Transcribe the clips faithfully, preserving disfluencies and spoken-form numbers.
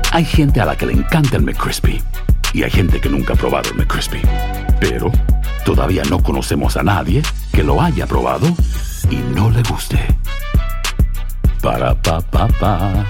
Hay gente a la que le encanta el McCrispy y hay gente que nunca ha probado el McCrispy. Pero todavía no conocemos a nadie que lo haya probado y no le guste. Para pa pa pa.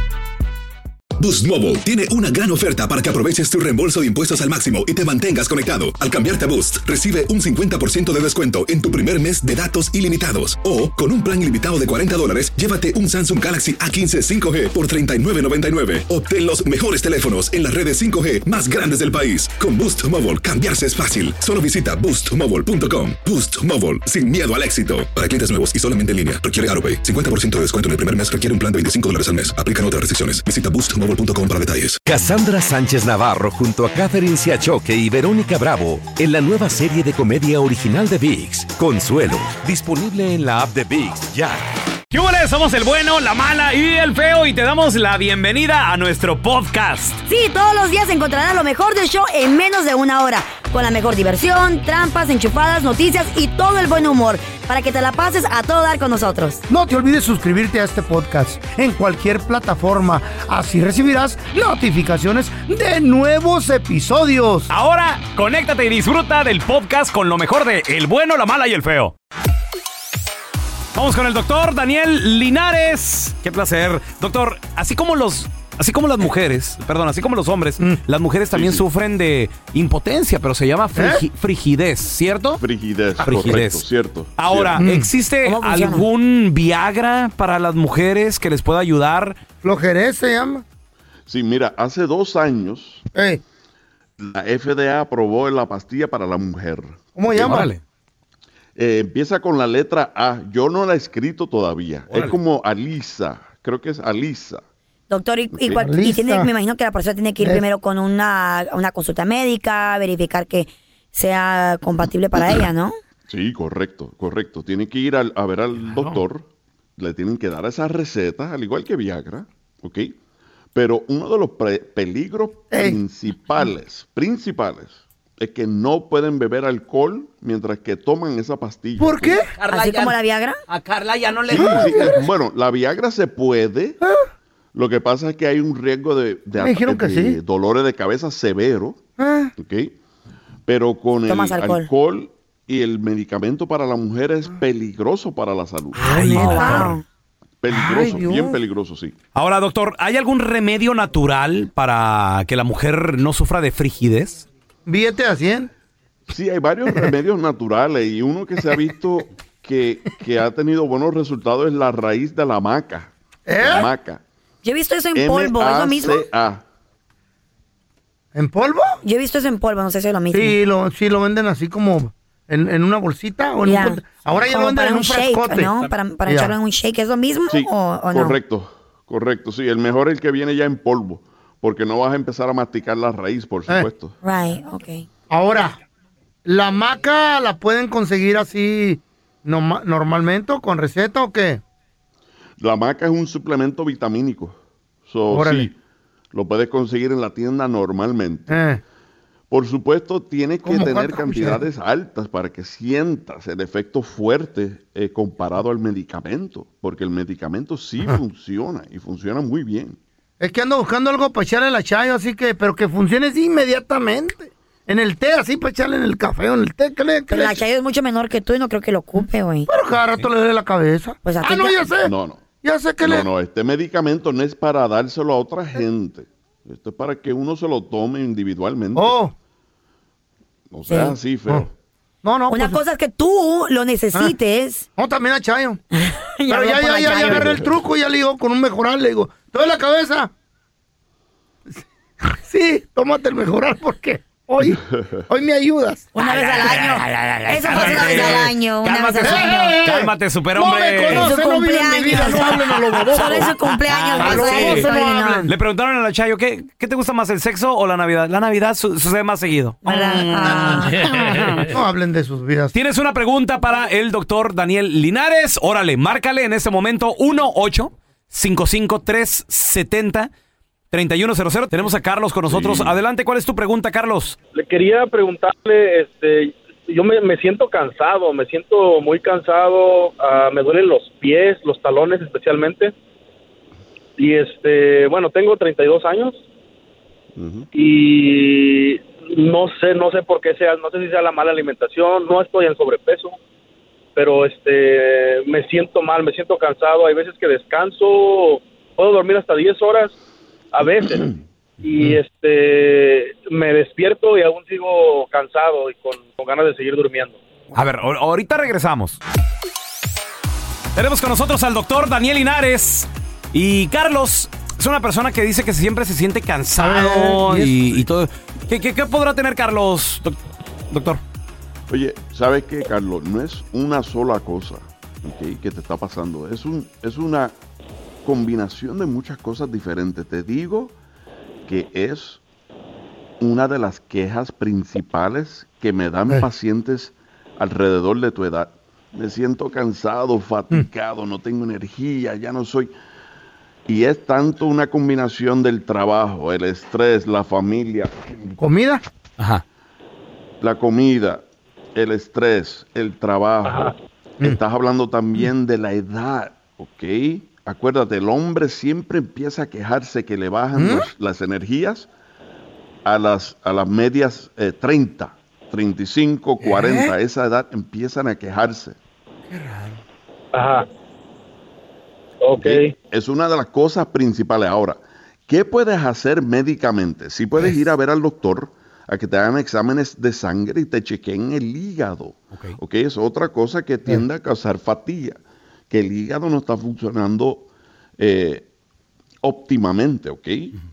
Boost Mobile tiene una gran oferta para que aproveches tu reembolso de impuestos al máximo y te mantengas conectado. Al cambiarte a Boost, recibe un cincuenta por ciento de descuento en tu primer mes de datos ilimitados. O, con un plan ilimitado de cuarenta dólares, llévate un Samsung Galaxy A quince cinco G por treinta y nueve noventa y nueve. Obtén los mejores teléfonos en las redes cinco G más grandes del país. Con Boost Mobile, cambiarse es fácil. Solo visita boost mobile punto com. Boost Mobile, sin miedo al éxito. Para clientes nuevos y solamente en línea, requiere AutoPay. cincuenta por ciento de descuento en el primer mes requiere un plan de veinticinco dólares al mes. Aplican otras restricciones. Visita boost mobile punto com para detalles. Cassandra Sánchez Navarro junto a Catherine Siachoque y Verónica Bravo en la nueva serie de comedia original de ViX, Consuelo, disponible en la app de ViX ya. ¿Qué huele? Somos el bueno, la mala y el feo y te damos la bienvenida a nuestro podcast. Sí, todos los días encontrarás lo mejor del show en menos de una hora. Con la mejor diversión, trampas, enchufadas, noticias y todo el buen humor. Para que te la pases a todo dar con nosotros. No te olvides suscribirte a este podcast en cualquier plataforma. Así recibirás notificaciones de nuevos episodios. Ahora, conéctate y disfruta del podcast con lo mejor de El bueno, la mala y el feo. Vamos con el doctor Daniel Linares. Qué placer. Doctor, así como los... Así como las mujeres, perdón, así como los hombres, mm. las mujeres también sí, sí. sufren de impotencia, pero se llama frigi- ¿Eh? frigidez, ¿cierto? Frigidez, frigidez. Correcto, cierto. Ahora, cierto. ¿existe algún Viagra para las mujeres que les pueda ayudar? ¿Flojerez se llama? Sí, mira, hace dos años hey. la F D A aprobó la pastilla para la mujer. ¿Cómo se llama? Eh, empieza con la letra A. Yo no la he escrito todavía. Órale. Es como Alisa, creo que es Alisa. Doctor, y, y, cual, y tiene, me imagino que la persona tiene que ir primero con una, una consulta médica, verificar que sea compatible para ella, ¿no? Sí, correcto, correcto. Tiene que ir al, a ver al doctor, le tienen que dar esa receta, al igual que Viagra, ¿ok? Pero uno de los pre- peligros Ey. principales, principales, es que no pueden beber alcohol mientras que toman esa pastilla. ¿Por qué? ¿Así ya, como la Viagra? A Carla ya no le sí, sí, eh, bueno, la Viagra se puede... ¿Ah? Lo que pasa es que hay un riesgo de, de, Me dijeron de, que de sí. dolores de cabeza severo, ¿Eh? ¿okay? Pero con el alcohol. alcohol y el medicamento para la mujer es peligroso para la salud. Ay, wow. Peligroso, Ay, bien peligroso, sí. Ahora, doctor, ¿hay algún remedio natural para que la mujer no sufra de frigidez? ¿Billete a cien? Sí, hay varios remedios naturales y uno que se ha visto que, que ha tenido buenos resultados es la raíz de la maca. ¿Eh? La maca. Yo he visto eso en polvo, ¿es lo mismo? ¿En polvo? Yo he visto eso en polvo, no sé si es lo mismo. Sí, lo, sí, lo venden así como en, en una bolsita o en yeah. un... Ahora ya como lo venden en un, un frescote. Shake, ¿no? Para, para yeah. echarlo en un shake, ¿es lo mismo sí, o, o no? Correcto, correcto, sí. El mejor es el que viene ya en polvo, porque no vas a empezar a masticar la raíz, por supuesto. Eh. Right, ok. Ahora, ¿la maca la pueden conseguir así no, normalmente o con receta o qué? La maca es un suplemento vitamínico. So, sí, lo puedes conseguir en la tienda normalmente. Eh. Por supuesto, tienes que tener cantidades cucharadas? altas para que sientas el efecto fuerte eh, comparado al medicamento, porque el medicamento sí Ajá. funciona y funciona muy bien. Es que ando buscando algo para echarle la chayo, así que, pero que funcione así inmediatamente. En el té, así para echarle en el café o en el té. ¿Qué le, qué pero le la chayo es mucho menor que tú y no creo que lo ocupe, güey. Pero cada rato le duele la cabeza. Pues ah, no, ya sé. No, no. Ya sé que no, le... no, este medicamento no es para dárselo a otra gente. Esto es para que uno se lo tome individualmente. Oh. O sea, sí. así, feo. Oh. No, no. Una pues... cosa es que tú lo necesites. Ah. No, también a Chayo. Pero ya, ya, ya, ya agarré el truco y ya le digo con un mejoral, le digo, ¿te duele la cabeza? Sí, tómate el mejoral porque hoy, hoy me ayudas. Una vez al año. Eso pasa una vez al año. Una Cálmate, vez al año. eh, cálmate, superhombre. No me conoce, no vive en mi vida, no hablen a los babosos. Solo es su cumpleaños. Ah, pues, sí. eso, no no. hablen. Le preguntaron a la Chayo, ¿qué, ¿qué te gusta más, el sexo o la Navidad? La Navidad su- sucede más seguido. Ah. No hablen de sus vidas. ¿Tienes una pregunta para el doctor Daniel Linares? Órale, márcale en este momento uno ocho cinco cinco tres siete cero tres uno cero cero. Tenemos a Carlos con nosotros. Sí. Adelante, ¿cuál es tu pregunta, Carlos? Le quería preguntarle, este, yo me, me siento cansado, me siento muy cansado, uh, me duelen los pies, los talones especialmente. Y este, bueno, tengo treinta y dos años Ujú. y no sé, no sé por qué sea, no sé si sea la mala alimentación, no estoy en sobrepeso, pero este, me siento mal, me siento cansado, hay veces que descanso, puedo dormir hasta diez horas, a veces, y este, me despierto y aún sigo cansado y con, con ganas de seguir durmiendo. A ver, ahor- ahorita regresamos. Tenemos con nosotros al doctor Daniel Linares. Y Carlos es una persona que dice que siempre se siente cansado A ver, y, y todo. ¿Qué, qué, qué podrá tener Carlos, doc- doctor? Oye, ¿sabes qué, Carlos? No es una sola cosa, ¿ok?, que te está pasando. Es, un, es una combinación de muchas cosas diferentes. Te digo que es una de las quejas principales que me dan Eh. pacientes alrededor de tu edad. Me siento cansado, fatigado, no tengo energía, ya no soy... Y es tanto una combinación del trabajo, el estrés, la familia, ¿Comida? Ajá. la comida, el estrés, el trabajo. Estás hablando también de la edad, ¿ok? Acuérdate, el hombre siempre empieza a quejarse que le bajan los- las energías a las, a las medias eh, treinta, treinta y cinco, cuarenta. A esa edad empiezan a quejarse. Ajá. Ok. ¿Ok? Es una de las cosas principales. Ahora, ¿qué puedes hacer médicamente? Si puedes ir a ver al doctor a que te hagan exámenes de sangre y te chequeen el hígado. Ok. ¿Ok? Es otra cosa que tiende a causar fatiga, que el hígado no está funcionando eh, óptimamente, ¿ok?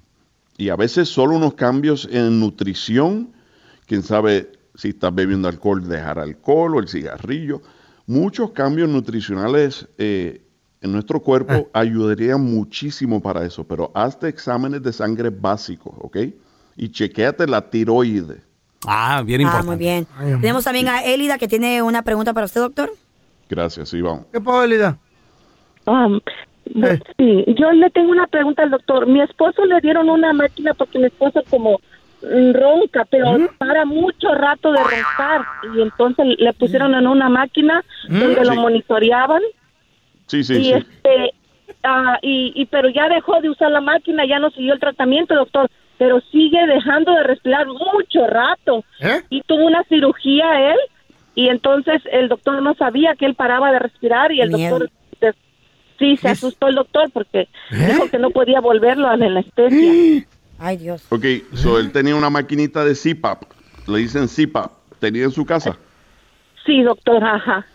Y a veces solo unos cambios en nutrición, quién sabe si estás bebiendo alcohol, dejar alcohol o el cigarrillo. Muchos cambios nutricionales eh, en nuestro cuerpo Eh. ayudarían muchísimo para eso, pero hazte exámenes de sangre básicos, ¿ok? Y chequéate la tiroide. Ah, bien Ah, importante. muy bien. Ay, amor. Tenemos también a Elida que tiene una pregunta para usted, doctor. Gracias, sí, vamos. ¿Qué puedo, Elida? Um, Eh. Sí, yo le tengo una pregunta al doctor. Mi esposo le dieron una máquina porque mi esposo como mm, ronca, pero para mucho rato de roncar. Y entonces le pusieron en una máquina donde lo Sí. monitoreaban. Sí, sí, y sí. este ah, y, y pero ya dejó de usar la máquina, ya no siguió el tratamiento, doctor, pero sigue dejando de respirar mucho rato. ¿Eh? Y tuvo una cirugía él, y entonces el doctor no sabía que él paraba de respirar, y el Miedo. doctor se- sí se asustó el doctor porque dijo que no podía volverlo a la anestesia. Ay, Dios. Ok, so él tenía una maquinita de C PAP, le dicen C PAP, tenía en su casa. Sí, doctor, ajá.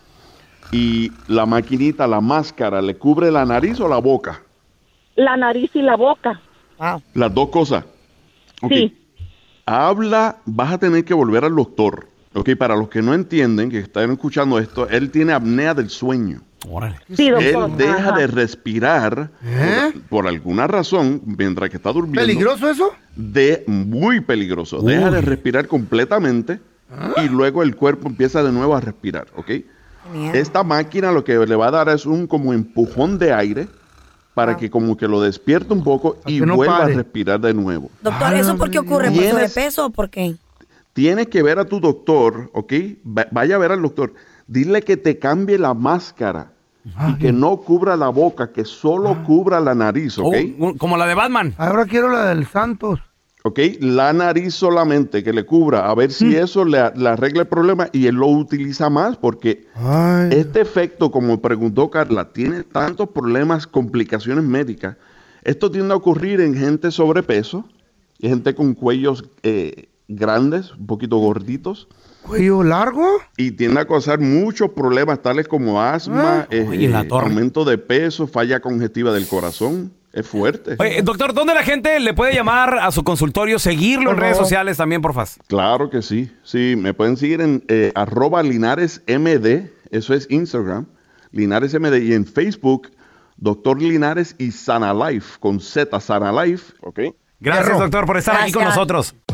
Y la maquinita, la máscara, ¿le cubre la nariz o la boca? La nariz y la boca. Wow. Las dos cosas. Ok. Sí. Habla, vas a tener que volver al doctor. Ok, para los que no entienden, que están escuchando esto, él tiene apnea del sueño. Órale. Sí, doctor. Él deja ajá. de respirar ¿Eh? por, por alguna razón mientras que está durmiendo. ¿Peligroso eso? De muy peligroso. Deja de respirar completamente y luego el cuerpo empieza de nuevo a respirar, ¿ok? Miedo. Esta máquina lo que le va a dar es un como empujón de aire para que como que lo despierte un poco Para y que no vuelva pare. a respirar de nuevo. Doctor, Ah, ¿eso por qué ocurre? ¿Por Tienes- sobrepeso o por qué? Tienes que ver a tu doctor, ¿ok? Va- Vaya a ver al doctor. Dile que te cambie la máscara y que no cubra la boca, que solo cubra la nariz, ¿ok? Oh, un- como la de Batman. Ahora quiero la del Santos. ¿Ok? La nariz solamente, que le cubra, a ver si eso le, le arregla el problema y él lo utiliza más, porque Ay. este efecto, como preguntó Carla, tiene tantos problemas, complicaciones médicas. Esto tiende a ocurrir en gente sobrepeso, y gente con cuellos eh, grandes, un poquito gorditos, ¿Cuello largo? y tiende a causar muchos problemas tales como asma, eh, Oye, la eh, torre. aumento de peso, falla congestiva del corazón. Es fuerte. Oye, doctor, ¿dónde la gente le puede llamar a su consultorio, seguirlo Por en redes favor. sociales también, porfa? Claro que sí. Sí, me pueden seguir en eh, arroba Linares M D, eso es Instagram, Linares M D, y en Facebook, Doctor Linares y Sana Life, con Z, Sana Life, ¿ok? Gracias, Perro. doctor, por estar aquí con Gracias. nosotros.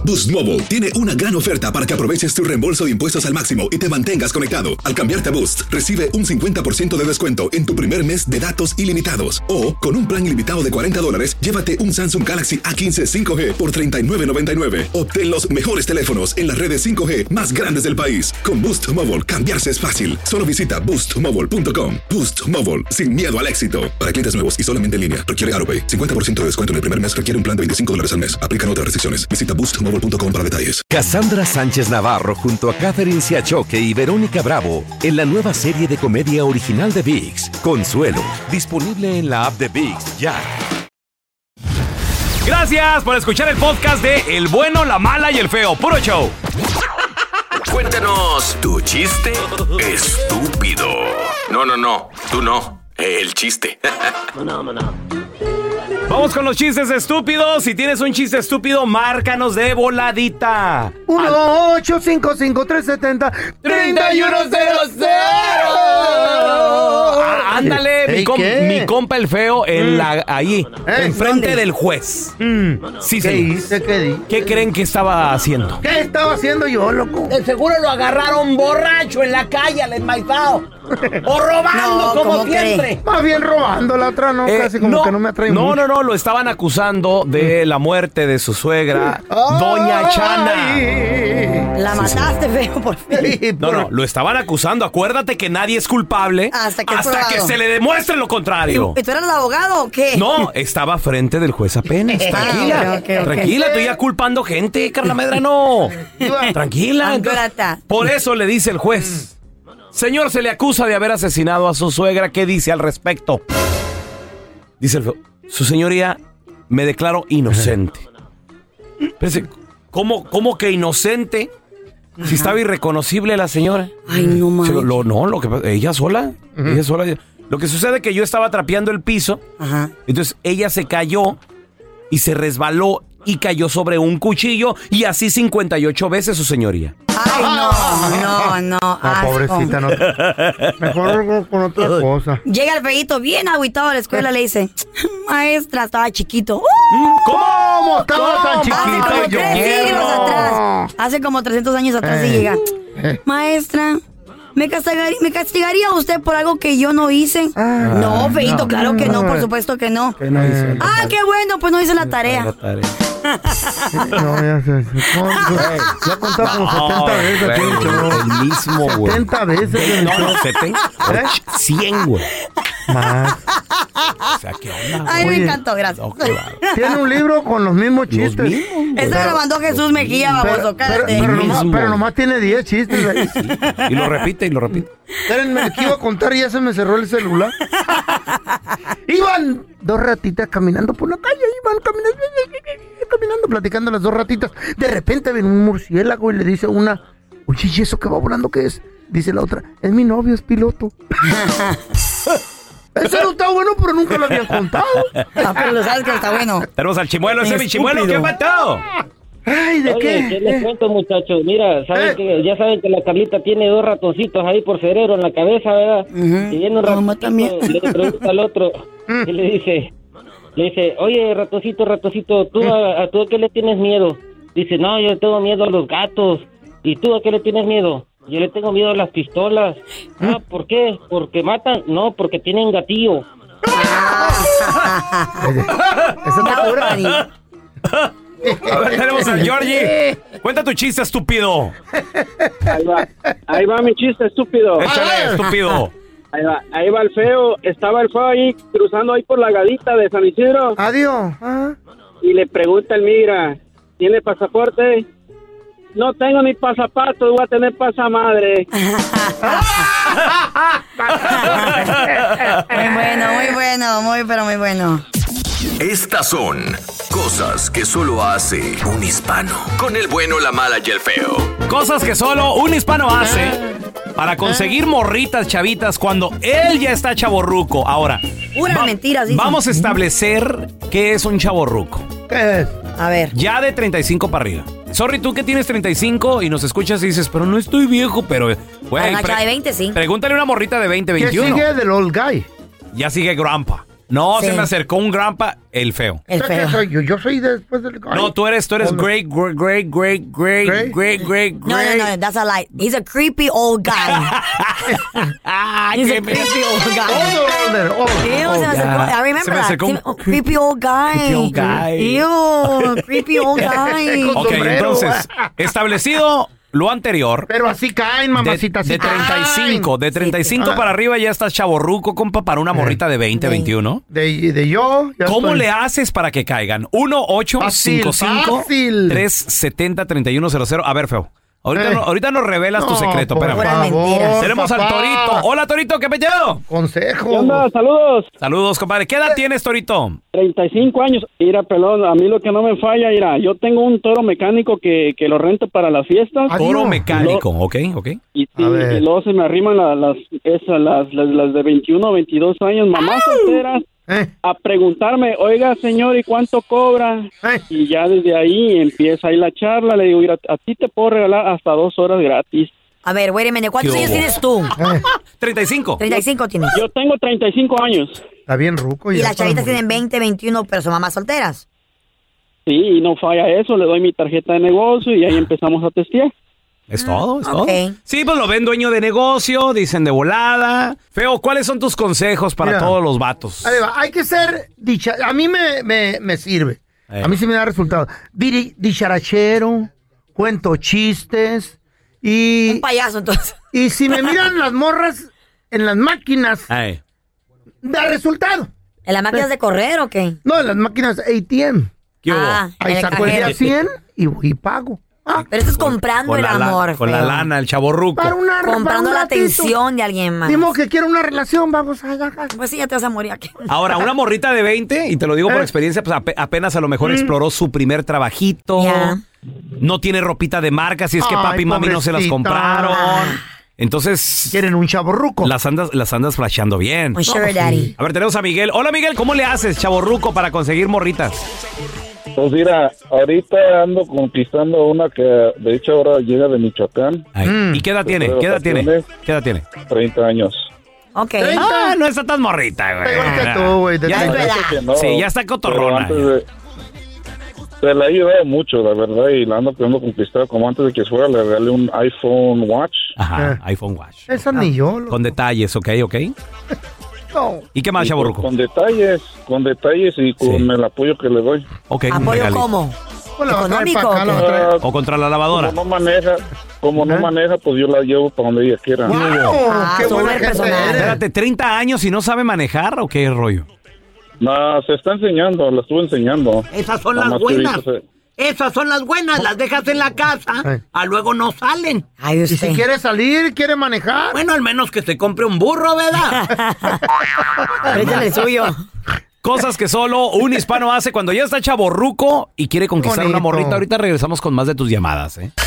Boost Mobile tiene una gran oferta para que aproveches tu reembolso de impuestos al máximo y te mantengas conectado. Al cambiarte a Boost, recibe un cincuenta por ciento de descuento en tu primer mes de datos ilimitados. O, con un plan ilimitado de cuarenta dólares, llévate un Samsung Galaxy A quince cinco G por treinta y nueve noventa y nueve. Obtén los mejores teléfonos en las redes cinco G más grandes del país. Con Boost Mobile, cambiarse es fácil. Solo visita boost mobile punto com. Boost Mobile, sin miedo al éxito. Para clientes nuevos y solamente en línea, requiere AutoPay. cincuenta por ciento de descuento en el primer mes requiere un plan de veinticinco dólares al mes. Aplican otras restricciones. Visita boost mobile punto com para detalles. Cassandra Sánchez Navarro junto a Catherine Siachoque y Verónica Bravo en la nueva serie de comedia original de ViX, Consuelo, disponible en la app de ViX ya. Gracias por escuchar el podcast de El Bueno, la Mala y el Feo. Puro show. Cuéntanos tu chiste estúpido. No, no, no, tú no. El chiste. Vamos con los chistes estúpidos. Si tienes un chiste estúpido, márcanos de voladita. uno ocho cinco cinco tres siete cero tres uno cero cero. Ah, ándale, mi, com- mi compa el Feo en mm. la, ahí, ¿Eh? enfrente ¿Dónde? del juez. Mm. Sí, ¿Qué sí. hice? ¿Qué di? ¿Qué creen que estaba haciendo? ¿Qué estaba haciendo yo, loco? De seguro lo agarraron borracho en la calle, al enmaizado. O robando, no, como siempre. Más bien robando, la otra no, eh, casi como no, que no me atrae no, mucho. No, no, no, lo estaban acusando de la muerte de su suegra, Ay, Doña Chana. La mataste, Feo, por fin. No, no, lo estaban acusando. Acuérdate que nadie es culpable hasta que, hasta que se le demuestre lo contrario. ¿Y tú eras el abogado o qué? No, estaba frente del juez apenas. Tranquila, ah, okay, okay, tranquila, okay. tú ya culpando gente, Carla Medrano. Tranquila. Entonces, por eso le dice el juez: señor, se le acusa de haber asesinado a su suegra. ¿Qué dice al respecto? Dice el Feo: su señoría, me declaro inocente. Pero, ¿cómo, ¿Cómo que inocente? Ajá. Si estaba irreconocible la señora. Ay, no mames. Lo, lo, no, lo que ella sola. Uh-huh. Ella sola. Lo que sucede es que yo estaba trapeando el piso. Ajá. Entonces ella se cayó y se resbaló y cayó sobre un cuchillo y así cincuenta y ocho veces, su señoría. Ay, no, no, no. No, pobrecita, no. Mejor con otra cosa. Llega el feíto bien agüitado a la escuela, le dice: maestra, estaba chiquito. ¿Cómo estaba tan chiquito? Hace como yo tres siglos atrás. Hace como trescientos años atrás eh, y llega: eh. maestra, ¿me castigaría, ¿me castigaría usted por algo que yo no hice? Ah, no, feíto, no, claro que no, no, por supuesto que no. Que no hice ah, qué bueno, pues no hice la tarea. La tarea. No, ya sé. No, ya he contado como setenta veces. El mismo, güey. setenta veces. No, no, setenta. ¿Eh? cien, güey. Más. O sea, ¿qué onda? Ay, me encantó, gracias. No, claro. Tiene un libro con los mismos chistes. Los mismos, Ese me lo mandó Jesús Mejía, baboso, pero, pero, pero, nomás, pero nomás tiene diez chistes ahí. Sí. Y lo repite y lo repite. Espérenme, que iba a contar y ya se me cerró el celular. Iban dos ratitas caminando por la calle, iban caminando, caminando, platicando las dos ratitas. De repente ven un murciélago y le dice una: oye, ¿y eso que va volando qué es? Dice la otra: es mi novio, es piloto. Eso no está bueno, pero nunca lo habían contado. Ah, pero lo sabes que está bueno. Tenemos al chimuelo, ese es mi chimuelo, ¿qué mató? Ay, ¿de Oye, qué? ¿qué les cuento, muchachos? Mira, saben ¿Eh? que, ya saben que la Carlita tiene dos ratoncitos ahí por cerebro en la cabeza, ¿verdad? Uh-huh. Y viene un ratoncito, le pregunta al otro y le dice, le dice, oye, ratoncito, ratoncito, ¿tú a, a tú a qué le tienes miedo? Dice, no, yo le tengo miedo a los gatos. ¿Y tú a qué le tienes miedo? Yo le tengo miedo a las pistolas. ¿Mm? Ah, ¿por qué? ¿Porque matan? No, porque tienen gatillo. Eso te cura. A ver, tenemos a Georgie. Cuenta tu chiste, estúpido. Ahí va, ahí va mi chiste, estúpido. Échale, estúpido. Ahí va, ahí va el Feo. Estaba el Feo ahí, cruzando ahí por la Gadita de San Isidro. Adiós. ¿Ah? Y le pregunta el migra, ¿tiene pasaporte? No tengo ni pasapato, voy a tener pasamadre. Muy bueno, muy bueno, muy pero muy bueno. Estas son cosas que solo hace un hispano. Con el bueno, la mala y el feo. Cosas que solo un hispano hace para conseguir morritas chavitas cuando él ya está chavorruco. Ahora, Pura va- mentiras, dicen. vamos a establecer qué es un chavorruco. ¿Qué es? A ver. Ya de treinta y cinco para arriba. Sorry, tú que tienes treinta y cinco y nos escuchas y dices, pero no estoy viejo, pero... Güey, una chava de veinte, sí. Pregúntale a una morrita de veinte, veintiuno. ¿Qué sigue del old guy? Ya sigue grandpa. No, Sí. se me acercó un grandpa, el feo. El ¿Sabes feo. qué soy yo? Yo soy después del... No, tú eres, tú eres Hola. great, great, great, great, great, Great? great, great, No, no, no, that's a lie. He's a creepy old guy. Ay, He's qué a creepy old guy. Older, older, Ew, older. se me acercó. ya. I remember Se me that. acercó un Se me- oh, creepy old guy. creepy old guy. Ew, creepy old guy. Con Ok, sombrero. entonces, establecido lo anterior. Pero así caen, De, mamacita. así de treinta y cinco, caen. de treinta y cinco Sí. para arriba ya estás chavorruco, compa, para una morrita de veinte, Sí. veintiuno. De, de yo. ya ¿Cómo estoy- le haces para que caigan? uno ocho cinco cinco Fácil, tres siete cero tres uno cero cero. A ver, feo. Ahorita, Eh. no- ahorita nos revelas tu No, secreto. por Espérame. Puras favor, mentiras. Tenemos al papá. Torito. Hola, Torito, ¿qué pedo? Consejo. ¿Qué onda? Saludos. Saludos, compadre. ¿Qué edad tienes, Torito? treinta y cinco años. Mira, pelón, a mí lo que no me falla, mira, yo tengo un toro mecánico que, que lo rento para las fiestas. Adiós. Toro mecánico, ok, ok. Y, sí, A ver. y luego se me arriman la- las, esas, las, las, las de veintiuno, veintidós años, mamás solteras, Eh, a preguntarme, oiga, señor, ¿y cuánto cobra? eh. Y ya desde ahí empieza ahí la charla. Le digo, mira, a ti te puedo regalar hasta dos horas gratis. A ver, wait a minute. ¿Cuántos ¿Qué años hubo? tienes tú? Eh, treinta y cinco. treinta y cinco tienes. Yo tengo treinta y cinco años. Está bien ruco. Y ya las está chavitas muy- tienen veinte, veintiuno, pero son mamás solteras. Sí, y no falla eso. Le doy mi tarjeta de negocio y ahí empezamos a testear. Es todo, es ok. todo. Sí, pues lo ven dueño de negocio, dicen de volada. Feo, ¿cuáles son tus consejos para Mira. todos los vatos? Ahí va, hay que ser dicha. A mí me, me, me sirve. Eh. A mí sí me da resultado. Diri- dicharachero, cuento chistes y, Un payaso, entonces. y si me miran las morras en las máquinas, Ay. da resultado. ¿En las máquinas de correr o qué? No, en las máquinas A T M. ¿Qué hubo? Ah, en Ahí el saco el de cajero. a cien y voy y pago. Ah, Pero estás comprando Con el la, la- amor, con la feo. lana, el chavorruco. para una Comprando para un la ratito. atención de alguien más. Dimo que quiero una relación, vamos allá. Pues sí, ya te vas a morir aquí. Ahora, una morrita de veinte, y te lo digo por Eh. experiencia, pues ape- apenas a lo mejor exploró su primer trabajito. Ya. No tiene ropita de marca, si es que Ay, papi y mami no se las pobrecita. compraron. Entonces, Quieren un chaborruco. las andas, las andas flasheando bien. Un sugar daddy. A ver, tenemos a Miguel. Hola, Miguel, ¿cómo le haces, chavorruco, para conseguir morritas? Pues mira, ahorita ando conquistando una que de hecho ahora llega de Michoacán. Ay, Mm. ¿Y qué edad Se tiene? fue de ¿Qué edad tiene? vacaciones. ¿Qué edad tiene? treinta años. Ok. Ah, no está tan morrita, güey. Igual que tú, güey. de Ya treinta. es tu edad. Que no, Sí, ya está pero cotorrona. antes de- Se la ha ayudado mucho, la verdad, y la ando queriendo conquistar. Como antes de que fuera, le regalé un iPhone Watch. Ajá, Eh. iPhone Watch. Esa ni yo. lo- Con detalles, ¿ok? ¿Ok? No. ¿Y qué más, Y chavorruco? Con, con detalles, con detalles y con Sí. el apoyo que le doy. Ok, un ¿Apoyo regalito. cómo? Pues la va a traer ¿Económico pa' acá, o la va a qué? traer. Ah, O contra la lavadora. como no maneja, como no ¿Eh? maneja, pues yo la llevo para donde ella quiera. ¡Wow! Ah, ¡Qué súper buena gente personal. eres! Espérate, ¿treinta años y no sabe manejar o qué rollo? No, se está enseñando, la estuve enseñando. Esas son Nada las más que buenas. ahorita se- Esas son las buenas. Las dejas en la casa. Ay. A luego no salen. Ay, Y usted. si quiere salir, quiere manejar. Bueno, al menos que se compre un burro, ¿verdad? Ahorita el suyo. Cosas que solo un hispano hace cuando ya está chavorruco y quiere conquistar una Bonito. morrita. Ahorita regresamos con más de tus llamadas, ¿eh?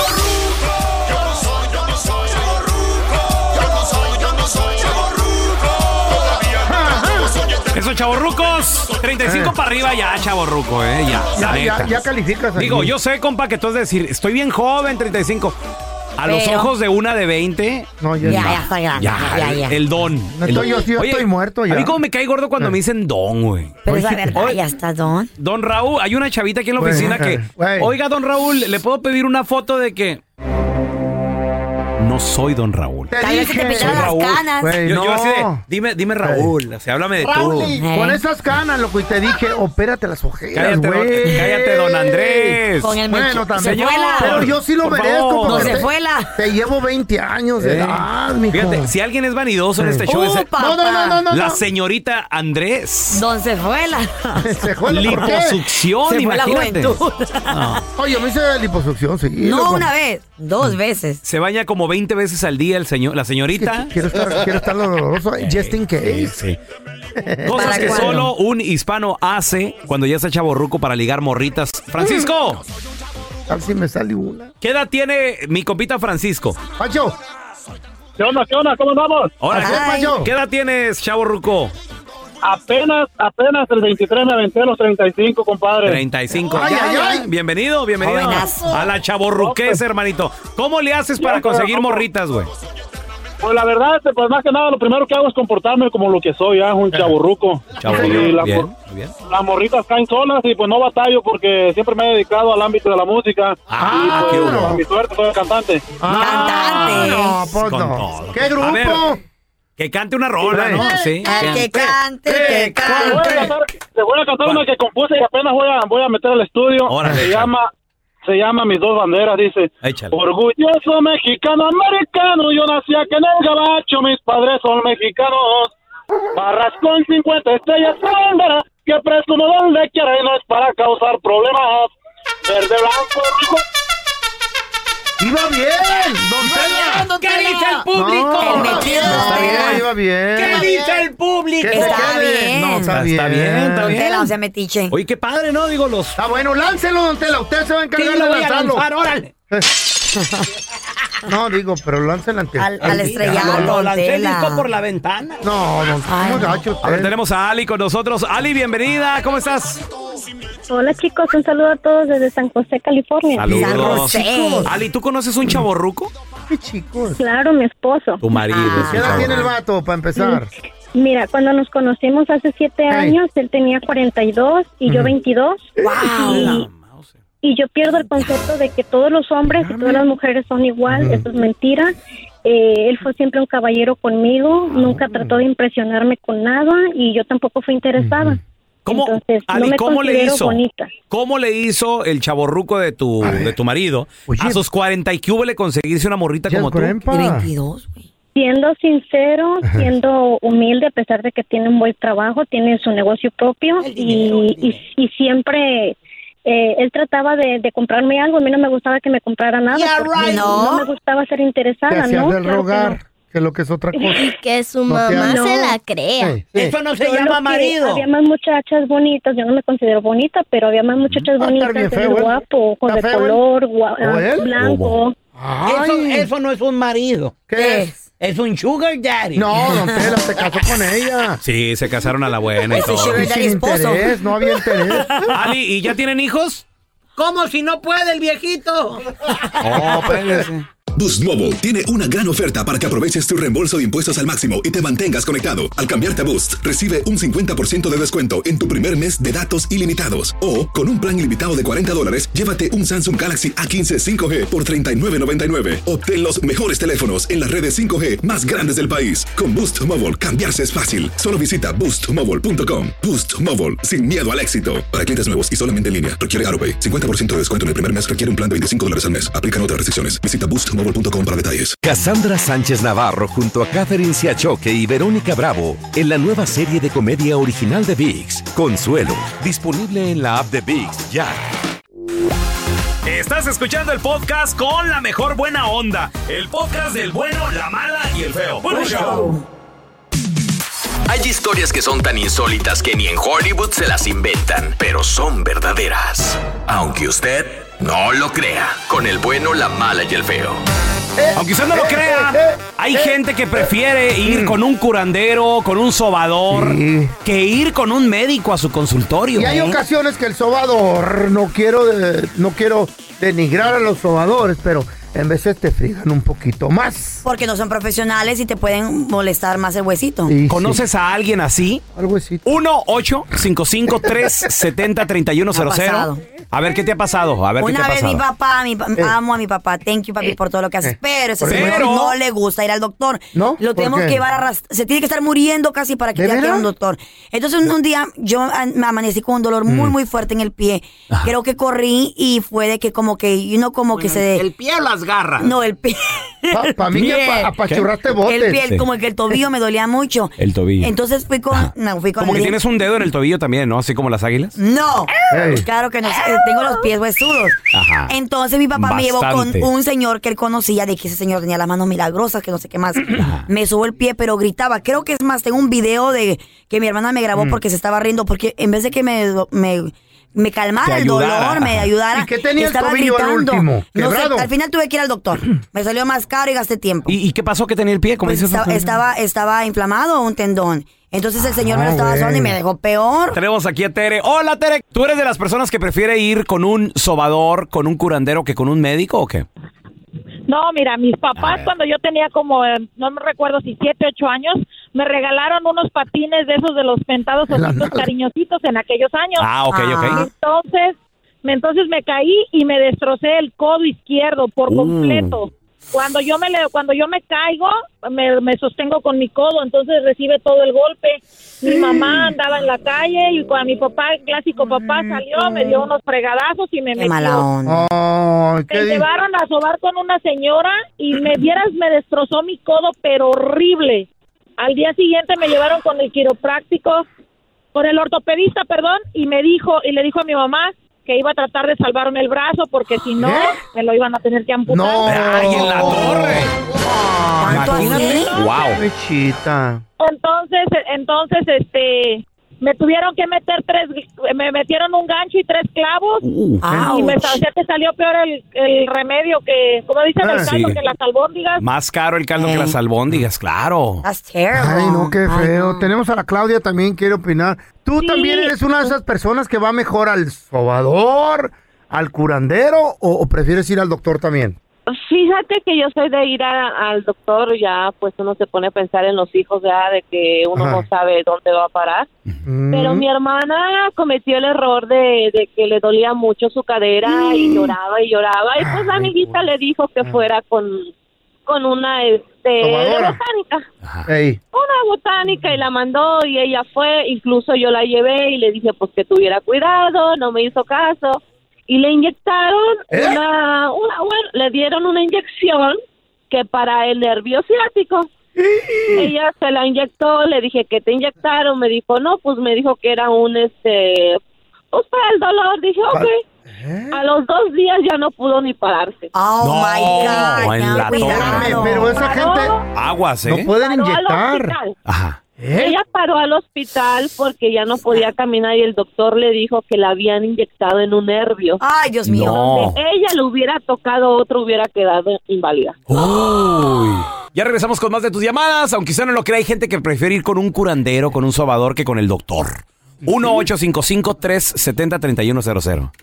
Esos chavorrucos, treinta y cinco Eh. para arriba ya, chavorruco, ¿eh? Ya, Ya, la ya, neta. ya calificas. aquí. Digo, yo sé, compa, que tú has de decir, estoy bien joven, treinta y cinco. A los Pero- ojos de una de veinte, No, Ya, ya, ya está grande. ya, Ya, ya. el don. No el estoy- don. yo sí, yo estoy muerto ya. A mí como me cae gordo cuando Eh. me dicen don, güey. Pero es la Oye, verdad, oye. ya está, Don. Don Raúl, hay una chavita aquí en la Güey, oficina que, güey. oiga, don Raúl, ¿le puedo pedir una foto de que no soy don Raúl? Te Tal vez se te dije. pintaron Soy las Raúl. canas. Güey, Yo, no. yo así de, dime, dime Raúl, o sea, háblame de tú. Eh. Con esas canas, loco, y te dije, opérate las ojeras, Cállate, don, güey. cállate, don Andrés. Con el Bueno, mecho- también. Se fue la- Pero yo sí lo Por merezco favor. porque No se te, fue la- te llevo veinte años de Eh. edad, mijo. Fíjate, si alguien es vanidoso en este show, es Uh, papá. No, no, no, no, no. la no. señorita Andrés. Don se fue la... Se fue la- ¿por qué? Liposucción, Se fue la imagínate. juventud. No. Oye, me hice liposucción, sí. No loco. una vez, dos veces. Se baña como veinte veces al día el señor, la señorita. Quiero estar, quiero estar doloroso, just in case. Sí. Cosas ¿Para que cuándo? solo un hispano hace cuando ya está chavorruco para ligar morritas. Francisco, A ver si me sale una. ¿qué edad tiene mi compita Francisco? Pacho, ¿Qué onda? ¿Qué onda? ¿Cómo andamos? Ahora, Ay. Pacho. ¿qué edad tienes, chavorruco? Apenas, apenas el veintitrés me aventé a los treinta y cinco, compadre. treinta y cinco. Ay, Ya, ay, ya. ay. Bienvenido, bienvenido Jovenazo. a la chavorruquez, hermanito. ¿Cómo le haces para Ya, pero conseguir ¿cómo? morritas, güey? Pues la verdad, pues más que nada, lo primero que hago es comportarme como lo que soy, ya, un chaburruco. Chaburruco, Y las, bien, bien. las morritas caen solas y pues no batallo porque siempre me he dedicado al ámbito de la música. Ah, y pues, qué bueno. a mi suerte soy cantante. Ah, no, pues Con no. todo. ¿Qué grupo? A ver, que cante una rola, ¿no? Sí. El que cante, que Te voy a cante. cantar, te voy a cantar una que compuse y apenas voy a, voy a meter al estudio. Órale, se échale. llama Se llama Mis Dos Banderas, dice. Échale. Orgulloso mexicano americano, yo nací aquí en el gabacho, mis padres son mexicanos. Barras con cincuenta estrellas bandera, que presumo donde quiera y no es para causar problemas. Verde, blanco, rojo. ¡Iba bien! ¡Don Tela! ¿Qué dice el público? No, El metido, no, Don Tela. iba bien. ¿Qué dice el público? Que se Está quede. bien. No, está bien. Está bien, está Don bien. Tela, o sea, metiche. Oye, qué padre, ¿no? Digo, los... Está bueno, láncelo, Don Tela. Usted se va a Sí, encargar lo de voy a lanzarlo. lanzar, órale. No, digo, pero láncelo ante. Al, al estrellado, Lo Don lancé el Tela. disco por la ventana. No, don Ay, muy no. gacho A ver, usted. tenemos a Ali con nosotros. Ali, bienvenida. ¿Cómo estás? Hola chicos, un saludo a todos desde San José, California. Saludos. San José. Ali, ¿tú conoces un chavorruco? Qué chicos. Claro, mi esposo. Tu marido. Ah. es ¿Qué un edad tiene el chavorruco. vato, para empezar? Mira, cuando nos conocimos hace siete Hey. años, él tenía cuarenta y dos y yo veintidós. Wow. Y yo pierdo el concepto de que todos los hombres y todas las mujeres son igual. Eso es mentira. Eh, él fue siempre un caballero conmigo, nunca trató de impresionarme con nada y yo tampoco fui interesada. ¿Cómo, Entonces, Ali, no me ¿cómo le considero hizo? bonita. ¿Cómo le hizo el chavorruco de tu, de tu marido Oye. a sus cuarenta y que hubo le conseguirse una morrita Ya, como tú? grandpa. De veintidós, güey. Siendo sincero, siendo humilde, a pesar de que tiene un buen trabajo, tiene su negocio propio El dinero, y, el dinero. y, y siempre eh, él trataba de, de comprarme algo. A mí no me gustaba que me comprara nada. Yeah, porque right. no. No. me gustaba ser Te interesada, hacías ¿no? del Claro que rogar, no. que lo que es otra cosa. Que su No te mamá hagas. se No. la crea. Sí, sí. Eso no se Solo llama que marido. Había más muchachas bonitas, yo no me considero bonita, pero había más muchachas Ah, está bonitas, bien él feo, es ¿eh? guapo, ojos ¿Está de feo, él? color, gua- ¿O él? blanco. Eso, Ay, eso no es un marido. ¿qué es? Es un sugar daddy. No, don Tela, se casó con ella. Sí, se casaron a la buena y Ese todo. sugar Y daddy sin esposo. interés, no había interés. Ali, ¿y ya tienen hijos? ¿Cómo si no puede el viejito? Oh, espérense. Boost Mobile tiene una gran oferta para que aproveches tu reembolso de impuestos al máximo y te mantengas conectado. Al cambiarte a Boost, recibe un cincuenta por ciento de descuento en tu primer mes de datos ilimitados. O, con un plan ilimitado de cuarenta dólares, llévate un Samsung Galaxy A quince cinco G por treinta y nueve noventa y nueve. Obtén los mejores teléfonos en las redes cinco G más grandes del país. Con Boost Mobile, cambiarse es fácil. Solo visita boost mobile punto com. Boost Mobile, sin miedo al éxito. Para clientes nuevos y solamente en línea, requiere AroPay. cincuenta por ciento de descuento en el primer mes requiere un plan de veinticinco dólares al mes. Aplican otras restricciones. Visita boost mobile punto com para detalles. Cassandra Sánchez Navarro junto a Catherine Siachoque y Verónica Bravo en la nueva serie de comedia original de ViX, Consuelo, disponible en la app de ViX ya. Estás escuchando el podcast con la mejor buena onda. El podcast del bueno, la mala y el feo. ¡Buen show! Hay historias que son tan insólitas que ni en Hollywood se las inventan, pero son verdaderas. Aunque usted no lo crea, con el bueno, la mala y el feo. Aunque usted no lo crea, hay gente que prefiere ir con un curandero, con un sobador, Sí. que ir con un médico a su consultorio. Y hay ¿eh? ocasiones que el sobador, no quiero, de- no quiero denigrar a los sobadores, pero en veces te frigan un poquito más. Porque no son profesionales y te pueden molestar más el huesito. Sí, ¿Conoces a alguien así? Al huesito. uno ocho cinco cinco tres siete cero tres uno cero Me ha cero. pasado. A ver, ¿qué te ha pasado? A ver, ¿qué te Una ha vez pasado? mi papá, mi pa- Eh. amo a mi papá, thank you papi por todo lo que haces, Eh. pero ese Pero- señor no le gusta ir al doctor. ¿No? Lo ¿Por tenemos qué? que llevar a ras- se tiene que estar muriendo casi para que ¿De ya quiera veras? un doctor. Entonces un, un día yo an- me amanecí con un dolor muy muy fuerte en el pie. Creo que corrí y fue de que como que y uno como que se ¿El pie o las garras? no el pie. Para pa mí que Bien. apa- apachurraste botes. El pie, Sí. como que el tobillo me dolía mucho. El tobillo. Entonces fui con no, fui con Como que le- tienes un dedo en el tobillo también, ¿no? Así como las águilas. No, Ey. claro que no. eh, Tengo los pies huesudos. Ajá. Entonces mi papá me llevó con Bastante. un señor que él conocía, de que ese señor tenía las manos milagrosas, que no sé qué más. Me subo el pie, pero gritaba. Creo que es más, tengo un video de que mi hermana me grabó porque se estaba riendo, porque en vez de que me... me me calmara Te el dolor, ayudara. me ayudara. ¿Y qué tenía el estaba tobillo al gritando. último? No sé, ¿Quebrado? al final tuve que ir al doctor. Me salió más caro y gasté tiempo. ¿Y, y qué pasó que tenía el pie? ¿Cómo Pues dices? estaba, estaba, estaba inflamado un tendón. Entonces el señor me lo Ah, estaba güey. haciendo y me dejó peor. Tenemos aquí a Tere. Hola, Tere. ¿Tú eres de las personas que prefiere ir con un sobador, con un curandero, que con un médico o qué? No, mira, mis papás cuando yo tenía como, eh, no me recuerdo si siete, ocho años, me regalaron unos patines de esos de los pentados ositos cariñositos en aquellos años. Ah, ok, ok. Entonces, me, entonces me caí y me destrocé el codo izquierdo por Uh. completo. Cuando yo me le, cuando yo me caigo, me, me sostengo con mi codo, entonces recibe todo el golpe. Mi mamá andaba en la calle y cuando mi papá, el clásico papá, salió, me dio unos fregadazos y me Qué metió. mala onda. Oh, Me ¿qué di- llevaron a sobar con una señora y me vieras, me destrozó mi codo, pero horrible. Al día siguiente me llevaron con el quiropráctico, con el ortopedista, perdón, y me dijo, y le dijo a mi mamá que iba a tratar de salvarme el brazo porque si no, me lo iban a tener que amputar. No. ¡Ay, en la torre! ¿Tanto Imagínate. así? ¡Wow! Pechita. Entonces, entonces, este, me tuvieron que meter tres, me metieron un gancho y tres clavos Uh, y me sal- ya te salió peor el, el remedio que, como dicen, Ah, el caldo sí. que las albóndigas. Más caro el caldo que las albóndigas, claro. That's terrible. Ay, no, qué Ay, feo. no. Tenemos a la Claudia también, quiere opinar. ¿Tú Sí. también eres una de esas personas que va mejor al sobador, al curandero o, o prefieres ir al doctor también? Fíjate que yo soy de ir a- al doctor, ya pues uno se pone a pensar en los hijos ya de que uno Ajá. no sabe dónde va a parar. Mm. Pero mi hermana cometió el error de, de que le dolía mucho su cadera y lloraba y lloraba y pues la amiguita le dijo que fuera con, con una este de Sobadora. botánica. Ey. Una botánica y la mandó y ella fue, incluso yo la llevé y le dije pues que tuviera cuidado, no me hizo caso y le inyectaron ¿Eh? una, una bueno, le dieron una inyección que para el nervio ciático. Ella se la inyectó, le dije que te inyectaron, me dijo no, pues me dijo que era un este, pues para el dolor, dije ok. A los dos días ya no pudo ni pararse. Oh No, my God. en ten la cuidado. torre. Pero esa Paró. gente Aguas, ¿eh? no pueden Paró al inyectar. hospital. Ajá. ¿Eh? Ella paró al hospital porque ya no podía caminar y el doctor le dijo que la habían inyectado en un nervio. Ay, Dios mío. No. Ella le hubiera tocado otro, hubiera quedado inválida. Uy. Ya regresamos con más de tus llamadas. Aunque usted no lo crea, hay gente que prefiere ir con un curandero, con un sobador, que con el doctor. uno ocho cinco cinco, tres siete cero, tres uno cero cero.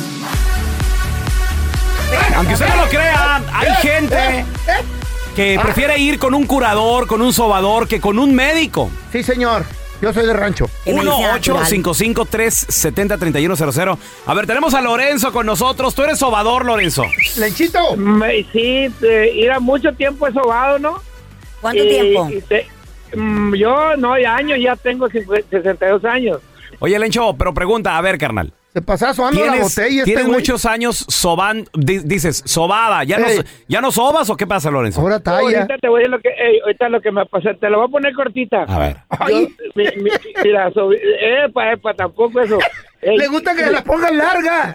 Aunque usted no lo crea, hay gente que prefiere ir con un curador, con un sobador, que con un médico. Sí, señor. Yo soy de rancho. uno ocho cinco cinco, tres siete cero, tres uno cero cero. A ver, tenemos a Lorenzo con nosotros. Tú eres sobador, Lorenzo. Lenchito. Me- Sí, te- ir mucho tiempo he sobado, ¿no? ¿Cuánto Y- tiempo? y te- mm, yo, no, ya años, ya tengo sesenta y dos años. Oye, Lencho, pero pregunta, a ver, carnal. Se pasa sobando la ¿Tienes, botella este tienes güey. muchos años sobando, dices, sobada, ¿ya no, Ey. ¿ya no sobas o qué pasa, Lorenzo? Ahora talla. Ahorita te voy a decir lo que, ey, ahorita lo que me pasó, te lo voy a poner cortita. A ver. Yo, mi, mi, mira, so, epa, epa, tampoco eso. Ey, Le gusta que se la pongan larga.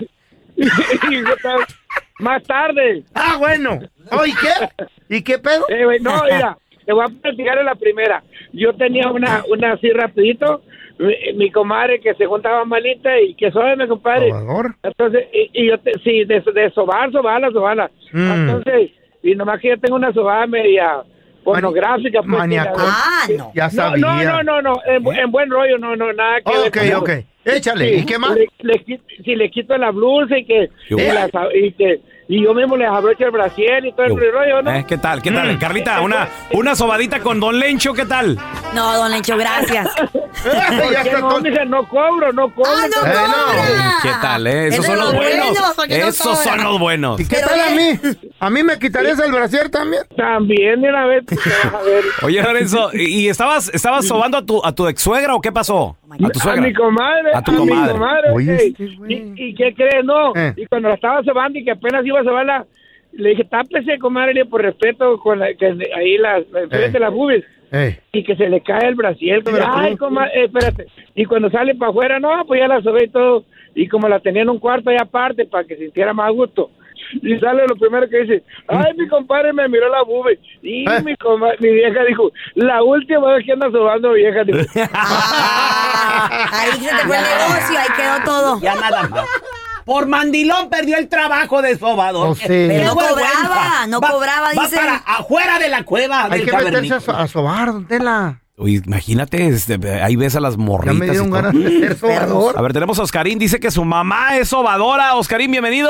Más tarde. Ah, bueno. Oh, ¿y qué? ¿Y qué pedo? Eh, güey, no, mira, te voy a platicar en la primera. Yo tenía una, una así rapidito, mi, mi comadre que se juntaba malita y que sobe, mi compadre. ¿Sobador? Entonces, y, y yo, te, sí, de, de sobar, sobarla, sobarla. Mm. Entonces, y nomás que yo tengo una sobada media pornográfica. Pues, Maníaco. mira, Ah, no. Ya no, sabía. no, no, no, no, en, bu- en buen rollo, no, no, nada que ver Ok, con eso. ok. Échale. ¿Y qué más? Le, le qui- si le quito la blusa y que, Qué y, bueno. las- y que y yo mismo les abrocho el brasier y todo el rollo, ¿no? ¿Eh? ¿Qué tal? ¿Qué Mm. tal? Carlita, una, una sobadita con Don Lencho, ¿qué tal? No, don Lencho, gracias. ¿Por Ya qué está no? todo- Mija, no cobro, no cobro. ¡Ah, no Eh, no. cobra! ¿Qué tal, eh? Esos Es de son los los buenos. buenos, porque no Esos cobran. son los buenos. ¿Y qué Pero tal a bien. mí? ¿A mí me quitarías el brasier también? También de una vez te vas a ver. Oye, Lorenzo, ¿y y estabas, estabas sobando a tu, a tu ex suegra o qué pasó? A tu A suegra. mi comadre. A tu mi comadre. comadre, Oye, ey. este güey. ¿Y, ¿Y qué crees? No. Eh. Y cuando la estaba sobando y que apenas iba a sobarla, le dije, tápese, comadre, le, por respeto, con la, que ahí las, enfrente Eh. de las boobies. Ey. Y que se le cae el brasier. Pero, Ay, ¿cómo? comadre, eh, espérate. Y cuando sale para afuera, no, pues ya la sobé y todo. Y como la tenía en un cuarto ahí aparte para que sintiera más gusto. Y sale lo primero que dice, ay, mi compadre me miró la bube. Y Eh. mi, coma- mi vieja dijo, la última vez que anda sobando, vieja. Dijo, Ah, ahí se te fue el negocio, ahí quedó todo. Ya nada más. Por mandilón perdió el trabajo de sobador. Oh, sí. Qué Pero no vergüenza. cobraba, no cobraba, va dice. para afuera de la cueva Hay del que meterse a, cavernícola. so- a sobar, don Tela. Oye, imagínate, este, ahí ves a las Ya morritas. me dieron y todo. ganas de ser sobador. A ver, tenemos a Oscarín, dice que su mamá es sobadora. Oscarín, bienvenido.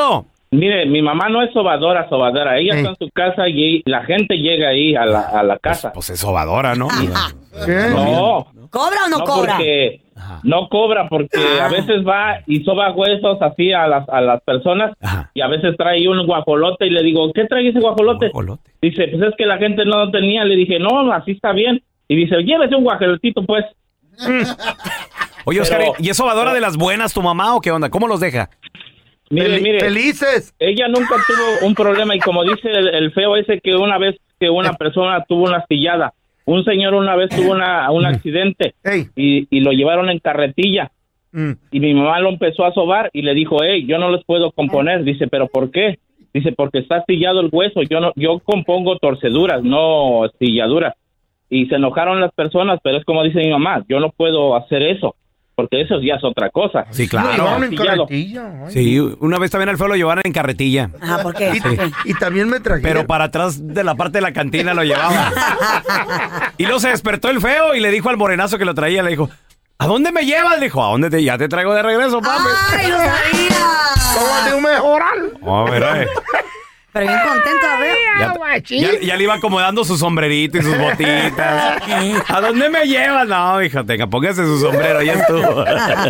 Mire, mi mamá no es sobadora, sobadora. Ella Sí. está en su casa y la gente llega ahí a la, a la casa. Pues es sobadora, ¿no? No. ¿Cobra o no, no cobra? Porque, no cobra porque a veces va y soba huesos así a las, a las personas y a veces trae un guajolote y le digo, ¿qué trae ese guajolote? Dice, pues es que la gente no lo tenía. Le dije, no, así está bien. Y dice, llévese un guajolotito, pues. Oye, Pero- Oscar, ¿y es sobadora de las buenas tu mamá o qué onda? ¿Cómo los deja? Mire, Fel- mire. Felices. Ella nunca tuvo un problema y como dice el, el feo ese que una vez que una persona tuvo una astillada, un señor una vez tuvo una, un accidente y, y lo llevaron en carretilla y mi mamá lo empezó a sobar y le dijo, hey, yo no les puedo componer. Dice, ¿pero por qué? Dice, porque está astillado el hueso. Yo no, yo compongo torceduras, no astilladuras. Y se enojaron las personas, pero es como dice mi mamá, yo no puedo hacer eso. Porque eso ya es otra cosa. Sí, claro. Lo llevaron en Astillado. carretilla. ay. Sí, una vez también al feo lo llevaron en carretilla. Ajá, ¿por qué? Sí. Y también me trajeron. Pero para atrás de la parte de la cantina lo llevaba. Y luego se despertó el feo y le dijo al morenazo que lo traía, le dijo, ¿a dónde me llevas? Le dijo, ¿a dónde te? Ya te traigo de regreso, papi. ¡Ay, lo sabía! Tómate un mejoral. Oh, mira, eh. Pero bien contenta, ¿ves? Ya, ya, ya le iba acomodando su sombrerito y sus botitas. ¿A dónde me llevas? No, hija, tenga, póngase su sombrero, ya estuvo.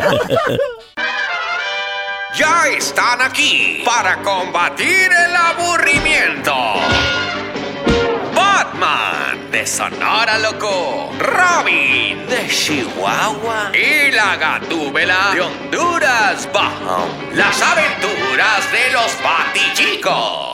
Ya están aquí para combatir el aburrimiento. Batman de Sonora Loco, Robin de Chihuahua y la Gatúbela de Honduras Bajo. Las aventuras de los Batichicos.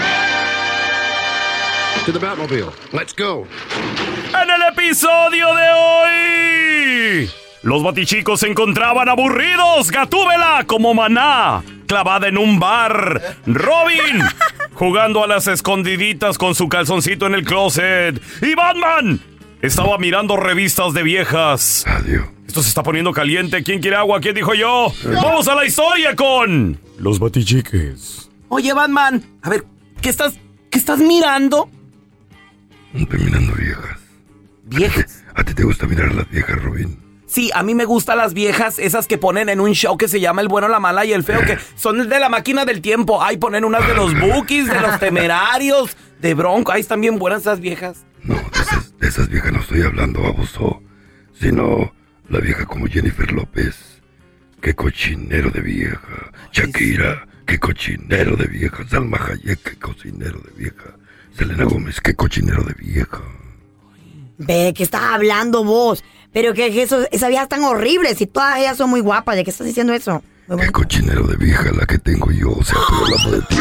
To the Batmobile. Let's go. En el episodio de hoy, los batichicos se encontraban aburridos. Gatúbela como maná, clavada en un bar. Robin jugando a las escondiditas con su calzoncito en el closet. Y Batman estaba mirando revistas de viejas. Adiós. Esto se está poniendo caliente. ¿Quién quiere agua? ¿Quién dijo yo? Vamos a la historia con los batichiques. Oye, Batman, a ver, ¿qué estás, qué estás mirando? Estoy mirando viejas. ¿Viejas? ¿A ti te gusta mirar a las viejas, Robin? Sí, a mí me gustan las viejas, esas que ponen en un show que se llama El Bueno, la Mala y el Feo, que son de la máquina del tiempo. Ahí ponen unas de los Bookies, de los Temerarios, de Bronco. Ahí están bien buenas esas viejas. De esas viejas no estoy hablando, baboso. Sino la vieja como Jennifer López. Qué cochinero de vieja. Shakira, qué cochinero de vieja. Salma Hayek, qué cochinero de vieja. Selena Gómez, qué cochinero de vieja. Ve, ¿qué estás hablando vos? Pero que que eso, esas viejas tan horribles y todas ellas son muy guapas. ¿De qué estás diciendo eso? Qué cochinero de vieja la que tengo yo. O sea, estoy hablando de ti,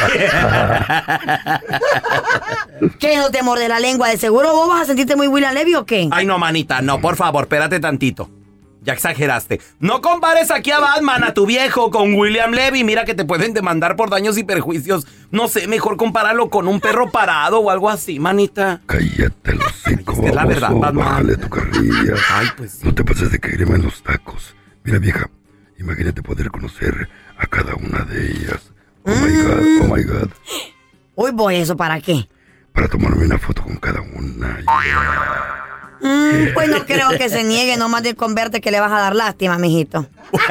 vamos. ¿Qué no te morde la lengua? ¿De seguro vos vas a sentirte muy William Levy o qué? Ay, no, manita, no, por favor, espérate tantito. Ya exageraste. No compares aquí a Batman, a tu viejo, con William Levy. Mira que te pueden demandar por daños y perjuicios. No sé, mejor compáralo con un perro parado o algo así, manita. Cállate los cinco, Es la verdad, Batman. Bájale tu carrilla. Ay, pues. No te pases de crema en los tacos. Mira, vieja, imagínate poder conocer a cada una de ellas. Oh my God, oh my God. Uy, voy, ¿eso para qué? Para tomarme una foto con cada una. Mm, pues no creo que se niegue, nomás de con verte que le vas a dar lástima, mijito.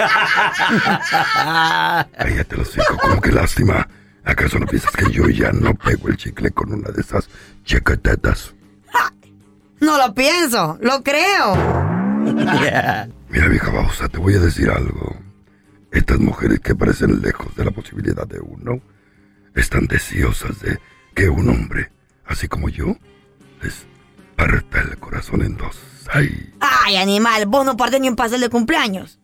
Cállate los cinco, como que lástima. ¿Acaso no piensas que yo ya no pego el chicle con una de esas checatetas? No lo pienso, lo creo. Mira, vieja babosa, te voy a decir algo. Estas mujeres que parecen lejos de la posibilidad de uno, están deseosas de que un hombre, así como yo, les parta el corazón en dos. Ay. Ay, animal, vos no partes ni un pastel de cumpleaños.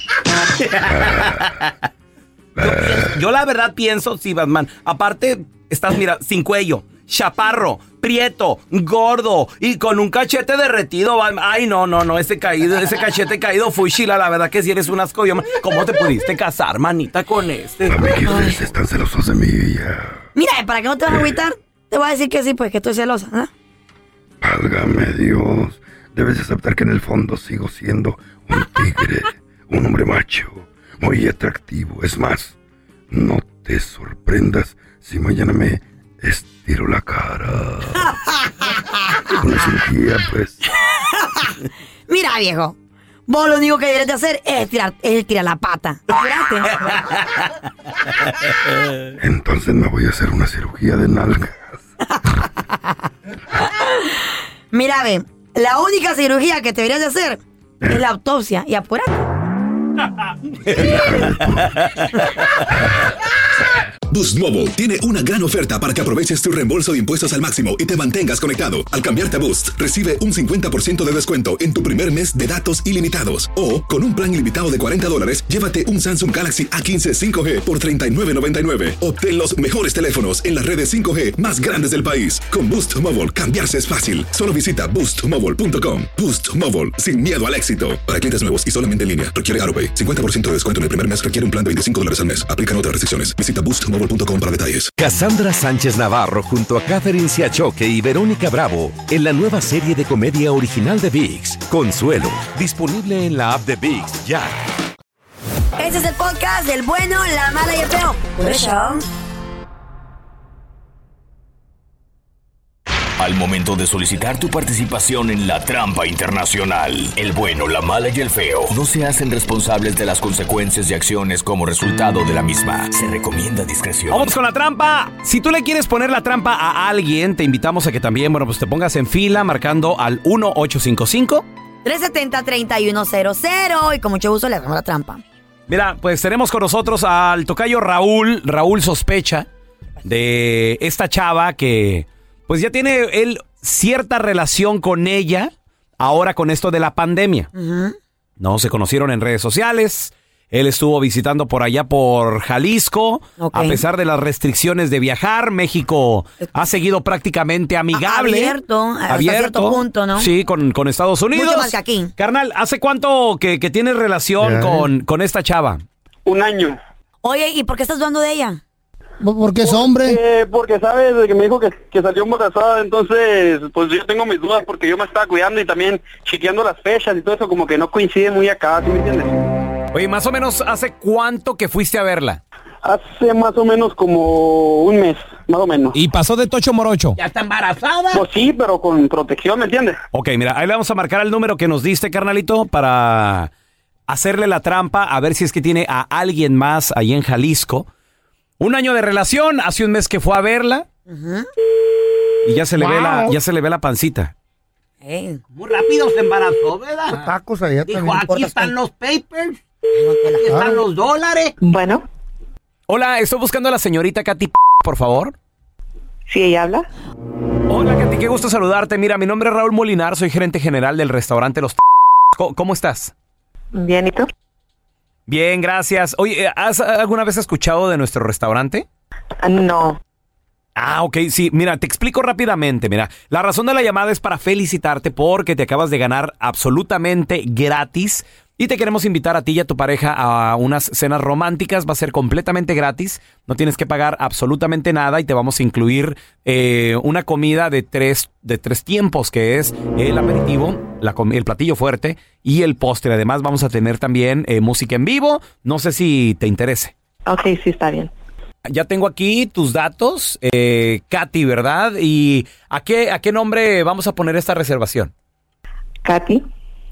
Yo, yo la verdad pienso, sí, Batman. Aparte, estás, mira, sin cuello, chaparro, prieto, gordo y con un cachete derretido. Batman. Ay, no, no, no, ese caído, ese cachete caído, fuchila, la verdad que si eres un asco. Yo, ¿cómo te pudiste casar, manita, con este? A mí que ustedes están celosos de mí, ya. Mira, para que no te vas a agüitar, te voy a decir que sí, pues que estoy celosa, ¿no? Válgame Dios. Debes aceptar que en el fondo sigo siendo un tigre, un hombre macho, muy atractivo. Es más, no te sorprendas si mañana me estiro la cara. Con la cirugía, pues. Mira, viejo, vos lo único que debes de hacer es tirar, es tirar la pata. Espérate. Entonces me voy a hacer una cirugía de nalgas. Mira, ve, la única cirugía que te deberías de hacer es la autopsia y apurate. Boost Mobile tiene una gran oferta para que aproveches tu reembolso de impuestos al máximo y te mantengas conectado. Al cambiarte a Boost, recibe un cincuenta por ciento de descuento en tu primer mes de datos ilimitados. O, con un plan ilimitado de cuarenta dólares, llévate un Samsung Galaxy A quince cinco G por treinta y nueve noventa y nueve. Obtén los mejores teléfonos en las redes cinco G más grandes del país. Con Boost Mobile, cambiarse es fácil. Solo visita boost mobile punto com. Boost Mobile, sin miedo al éxito. Para clientes nuevos y solamente en línea, requiere AutoPay. cincuenta por ciento de descuento en el primer mes requiere un plan de veinticinco dólares al mes. Aplican otras restricciones. Visita boost mobile punto com para detalles. Cassandra Sánchez Navarro junto a Catherine Siachoque y Verónica Bravo en la nueva serie de comedia original de ViX, Consuelo, disponible en la app de ViX ya. Este es el podcast del bueno, la mala y el feo. Por eso. Al momento de solicitar tu participación en la trampa internacional, el bueno, la mala y el feo no se hacen responsables de las consecuencias y acciones como resultado de la misma. Se recomienda discreción. Vamos con la trampa. Si tú le quieres poner la trampa a alguien, te invitamos a que también, bueno, pues te pongas en fila marcando al uno ocho cinco cinco tres siete cero, tres uno cero cero y con mucho gusto le hacemos la trampa. Mira, pues tenemos con nosotros al tocayo Raúl. Raúl sospecha de esta chava que pues ya tiene él cierta relación con ella ahora con esto de la pandemia. Uh-huh. No, se conocieron en redes sociales. Él estuvo visitando por allá por Jalisco. Okay. A pesar de las restricciones de viajar, México ha seguido prácticamente amigable. Abierto, hasta abierto, cierto punto, ¿no? Sí, con, con Estados Unidos. Mucho más que aquí. Carnal, ¿hace cuánto que, que tienes relación con, con esta chava? Un año. Oye, ¿y por qué estás dudando de ella? Porque es hombre. Porque, porque sabes, que me dijo que, que salió embarazada, entonces, pues yo tengo mis dudas porque yo me estaba cuidando y también chequeando las fechas y todo eso, como que no coincide muy acá, ¿sí me entiendes? Oye, más o menos, ¿hace cuánto que fuiste a verla? Hace más o menos como un mes, más o menos. ¿Y pasó de tocho morocho? ¿Ya está embarazada? Pues sí, pero con protección, ¿me entiendes? Ok, mira, ahí le vamos a marcar el número que nos diste, carnalito, para hacerle la trampa, a ver si es que tiene a alguien más ahí en Jalisco. Un año de relación, hace un mes que fue a verla. Uh-huh. Y ya se le wow. ve la, ya se le ve la pancita. Hey, muy rápido se embarazó, ¿verdad? Tacos allá. Dijo, aquí están los papers, aquí están los dólares. Bueno. Hola, estoy buscando a la señorita Katy, por favor. Sí, ella habla. Hola, Katy, qué gusto saludarte. Mira, mi nombre es Raúl Molinar, soy gerente general del restaurante Los ¿Cómo, ¿Cómo estás? Bien, ¿y tú? Bien, gracias. Oye, ¿has alguna vez escuchado de nuestro restaurante? No. Ah, ok, sí, mira, te explico rápidamente, mira, la razón de la llamada es para felicitarte porque te acabas de ganar absolutamente gratis y te queremos invitar a ti y a tu pareja a unas cenas románticas, va a ser completamente gratis, no tienes que pagar absolutamente nada y te vamos a incluir eh, una comida de tres, de tres tiempos, que es el aperitivo, la com- el platillo fuerte y el postre, además vamos a tener también eh, música en vivo, no sé si te interese. Ok, sí, está bien. Ya tengo aquí tus datos, eh, Katy, ¿verdad? ¿Y a qué, a qué nombre vamos a poner esta reservación? Katy.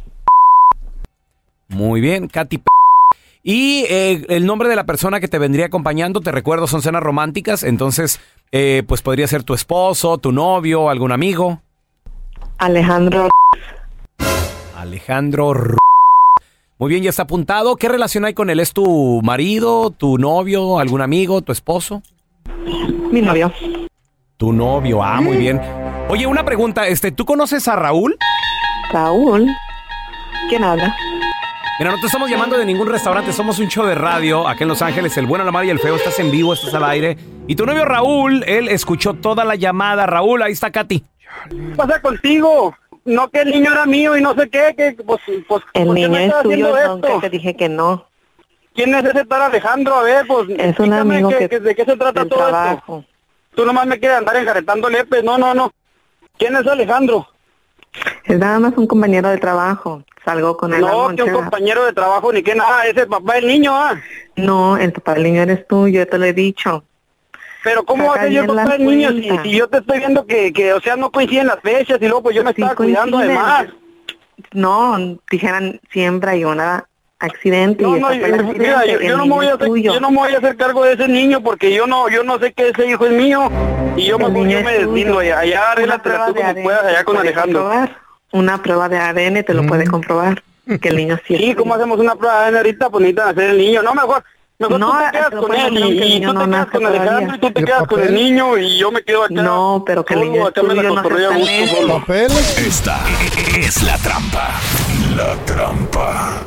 Muy bien, Katy. Y eh, el nombre de la persona que te vendría acompañando, te recuerdo, son cenas románticas, entonces, eh, pues podría ser tu esposo, tu novio, algún amigo. Alejandro. Alejandro. Muy bien, ya está apuntado. ¿Qué relación hay con él? ¿Es tu marido, tu novio, algún amigo, tu esposo? Mi novio. Tu novio, ah, muy bien. Oye, una pregunta, este, ¿tú conoces a Raúl? Raúl. ¿Quién habla? Mira, no te estamos llamando de ningún restaurante, somos un show de radio acá en Los Ángeles, el bueno, la mala y el feo, estás en vivo, estás al aire. Y tu novio Raúl, él escuchó toda la llamada. Raúl, ahí está Katy. ¿Qué pasa contigo? No, que el niño era mío y no sé qué, que pues... pues el niño es tuyo, nunca te dije que no. ¿Quién es ese tal Alejandro? A ver, pues... Es un amigo que, que... ¿De qué se trata todo trabajo. esto? Tú nomás me quieres andar enjaretando lepes, no, no, no. ¿Quién es Alejandro? Es nada más un compañero de trabajo. Salgo con él. No, que un compañero de trabajo ni que nada, ese papá del niño, ¿ah? No, el papá del niño eres tú, yo te lo he dicho. Pero ¿cómo va a ser yo el papá del niño si, si yo te estoy viendo que, que, o sea, no coinciden las fechas y luego pues yo me sí estaba cuidando además? No, dijeran siempre hay una accidente No, y no, ese fue el accidente, mira, yo, el yo no me niño voy a es hacer, tuyo. yo no me voy a hacer cargo de ese niño porque yo no, yo no sé que ese hijo es mío y yo El mejor niño yo es me deslindo tuyo. allá, allá Una arréglatela prueba tú de como A D N puedas allá te con puede Alejandro. comprobar. Una prueba de A D N te lo puede comprobar que el niño sí es Sí, tuyo. ¿cómo hacemos una prueba de A D N ahorita? Pues necesitan hacer el niño. No, mejor, mejor No, tú te quedas te lo con pueden él hacer aunque el y, y niño tú no te quedas nazca con Alejandro todavía. y tú te ¿Qué quedas con papel? el niño y yo me quedo acá. No, pero que el solo, niño es acá me la tuyo, no cotorreo a seas gusto tan solo. ¿Papeles? Esta es la trampa. La trampa.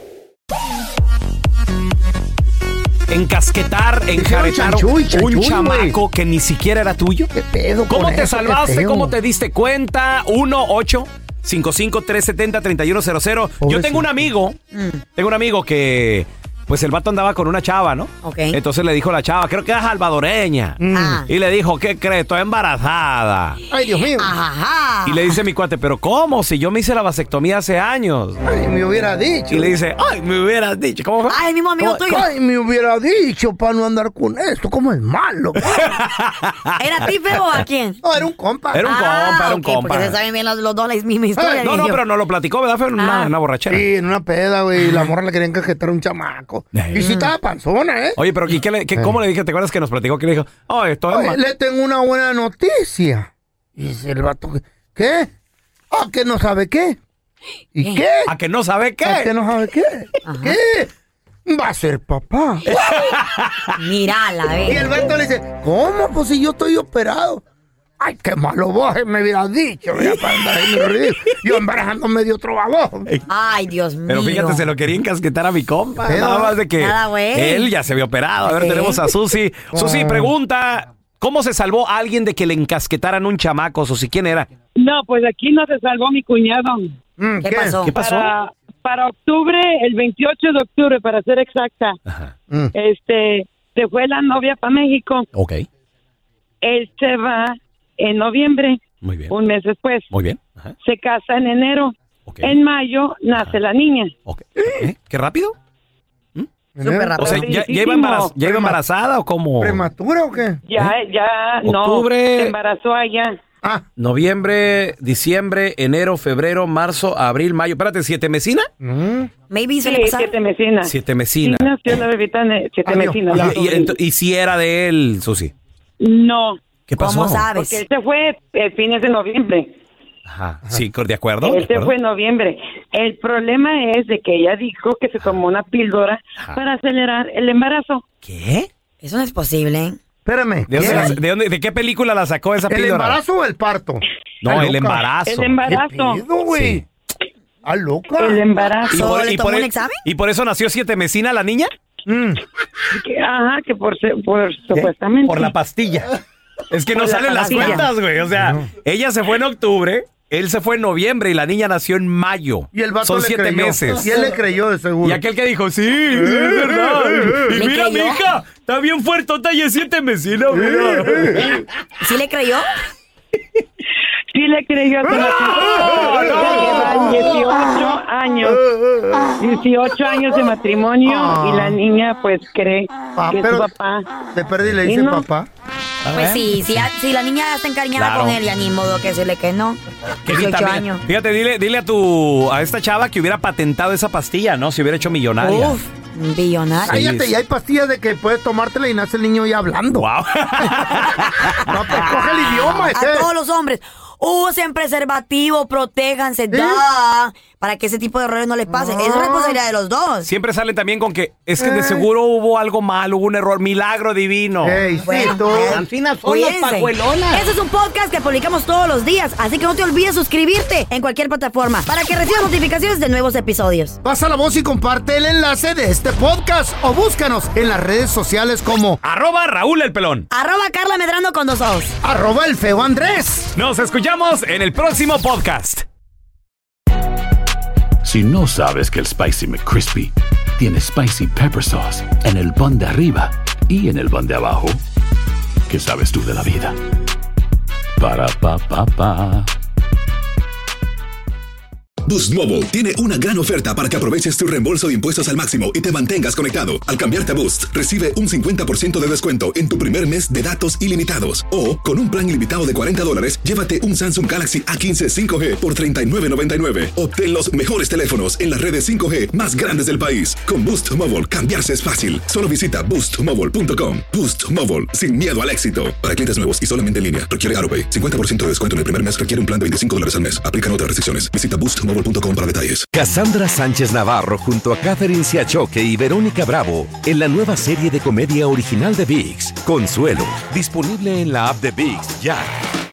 Encasquetar, enjaretar chanchuy, un chanchuy, chamaco que ni siquiera era tuyo. ¿Qué pedo ¿Cómo con te eso? Qué salvaste? feo. ¿Cómo te diste cuenta? uno ocho cinco cinco tres siete cero tres uno cero cero. Yo Pobrecito. tengo un amigo, tengo un amigo que, pues el vato andaba con una chava, ¿no? Ok. Entonces le dijo la chava, creo que era salvadoreña. Ah. Y le dijo, ¿qué crees? Estoy embarazada. Ay, Dios mío. Ajá. Y le dice mi cuate, ¿pero cómo? Si yo me hice la vasectomía hace años. Ay, me hubiera dicho. Y le dice, ay, me hubieras dicho. ¿Cómo fue? Ay, el mismo amigo Ay, tuyo. ay, me hubiera dicho para no andar con esto. ¿Cómo es malo? ¿Era a ti, feo, o a quién? No, era un compa. Era un Ah, compa, era un ok, compa. Porque se saben bien los, los dos la misma historia. No, dije no, yo. pero no lo platicó, ¿verdad? Fue en una, Ah. una borrachera. Sí, en una peda, güey. Y la morra le quería encajetar a un chamaco. Eh. Y sí estaba panzona, ¿eh? Oye, pero ¿y qué le, qué, cómo le dije? ¿Te acuerdas que nos platicó? Que le dijo, oh, esto es Oye, ma- le tengo una buena noticia. Y dice el vato, ¿qué? Ah, que no sabe qué. ¿Y qué? ¿A que no sabe qué? ¿A que no sabe qué? ¿Qué? Va a ser papá. Mírala, Y el ve. vato le dice, ¿cómo? Pues si yo estoy operado. Ay, qué malo vos, me hubieras dicho, mira, para andar ahí en el ridículo. Yo embarazándome de otro baboso. Ay, Dios mío. Pero fíjate, se lo quería encasquetar a mi compa. Pero- Nada más de que Nada, güey. él ya se había operado. A ver, Sí. tenemos a Susi. Susi, pregunta, ¿cómo se salvó alguien de que le encasquetaran un chamaco? Susi, ¿quién era? No, pues aquí no se salvó mi cuñado. Mm, ¿Qué pasó? ¿Qué pasó? Para, para octubre, el veintiocho de octubre, para ser exacta, Mm. este, se fue la novia para México. Ok, Él se va en noviembre, muy bien. un mes después. Muy bien. Ajá. Se casa en enero. Ok. En mayo nace la niña. Ok. ¿Eh? ¿Qué rápido? Súper rápido. O sea, ¿ya, ya iba, embaraz- ya iba embarazada o cómo? ¿Prematura o qué? Ya, ya, no, Octubre. se embarazó allá. Ah, Noviembre, diciembre, enero, febrero, marzo, abril, mayo. Espérate, ¿siete mesina? mm. Maybe se Sí, le pasaron. siete mesinas. Siete Sí, mesina. nació la bebita en siete Adiós. mesinas. Ya. Y, y, ento- y si era de él, Susi. No, ¿Qué pasó? ¿Cómo sabes? porque él se fue el fines de noviembre. Ajá. Sí, ¿de acuerdo? ¿De Él se acuerdo? fue en noviembre. El problema es de que ella dijo que se tomó una píldora Ajá. para acelerar el embarazo. ¿Qué? Eso no es posible. ¿eh? Espérame. ¿De, dónde ¿qué? la- de dónde- de qué película la sacó esa ¿El píldora? embarazo o el parto? No, Está el loca. embarazo. El ¿Qué embarazo. pedo, güey? ¿Ah, loca? El embarazo. ¿Y ¿Solo por, le y tomó por un e- examen? ¿Y por eso nació siete mesina la niña? Mm. Que- ajá, que por, se- por supuestamente. Por la pastilla. Es que no Por la salen las pastilla. cuentas, güey. O sea, ella se fue en octubre, él se fue en noviembre y la niña nació en mayo. Y el vato Son le siete creyó. meses. Y él le creyó, de seguro. Y aquel que dijo, sí, es verdad. Y ¿Le mira, creyó? mija, está bien fuertota y es siete mesina, mira. ¿Sí le creyó? Sí le creyó a ¡Ah, no! Llevan dieciocho años. dieciocho años de matrimonio Ah. y la niña pues cree Ah, que pero- su papá. De perdí le Y dice no. papá. Pues sí, si, si la niña está encariñada Claro. con él, ya ni modo que decirle que no. Que dieciocho también- años. Fíjate, dile, dile a tu a esta chava que hubiera patentado esa pastilla, ¿no? Se hubiera hecho millonaria. Uf, un billonario. Cállate, sí. y hay pastillas de que puedes tomártela y nace el niño ya hablando. Wow. No, pues coge el idioma. A ese. todos los hombres, usen preservativo, protéjanse, da, para que ese tipo de errores no les pasen. Es responsabilidad de los dos. Siempre salen también con que es que de seguro hubo algo mal, hubo un error, milagro divino. Ey, sí, Bueno, tú. eh, Ancinas son las cuídense. pajuelonas. Este es un podcast que publicamos todos los días, así que no te olvides suscribirte en cualquier plataforma para que recibas notificaciones de nuevos episodios. Pasa la voz y comparte el enlace de este podcast o búscanos en las redes sociales como Arroba Raúl el Pelón. Arroba Carla Medrano con dos ojos. arroba el feo Andrés. Nos escuchamos en el próximo podcast. Si no sabes que el Spicy McCrispy tiene Spicy Pepper Sauce en el pan de arriba y en el pan de abajo, ¿qué sabes tú de la vida? Para, pa, pa, pa. Boost Mobile tiene una gran oferta para que aproveches tu reembolso de impuestos al máximo y te mantengas conectado. Al cambiarte a Boost, recibe un cincuenta por ciento de descuento en tu primer mes de datos ilimitados. O, con un plan ilimitado de cuarenta dólares, llévate un Samsung Galaxy A quince cinco G por treinta y nueve noventa y nueve. Obtén los mejores teléfonos en las redes cinco G más grandes del país. Con Boost Mobile, cambiarse es fácil. Solo visita boost mobile punto com. Boost Mobile, sin miedo al éxito. Para clientes nuevos y solamente en línea, requiere AutoPay. cincuenta por ciento de descuento en el primer mes requiere un plan de veinticinco dólares al mes. Aplican otras restricciones. Visita boost mobile punto com para detalles. Cassandra Sánchez Navarro junto a Catherine Siachoque y Verónica Bravo en la nueva serie de comedia original de ViX, Consuelo, disponible en la app de ViX ya.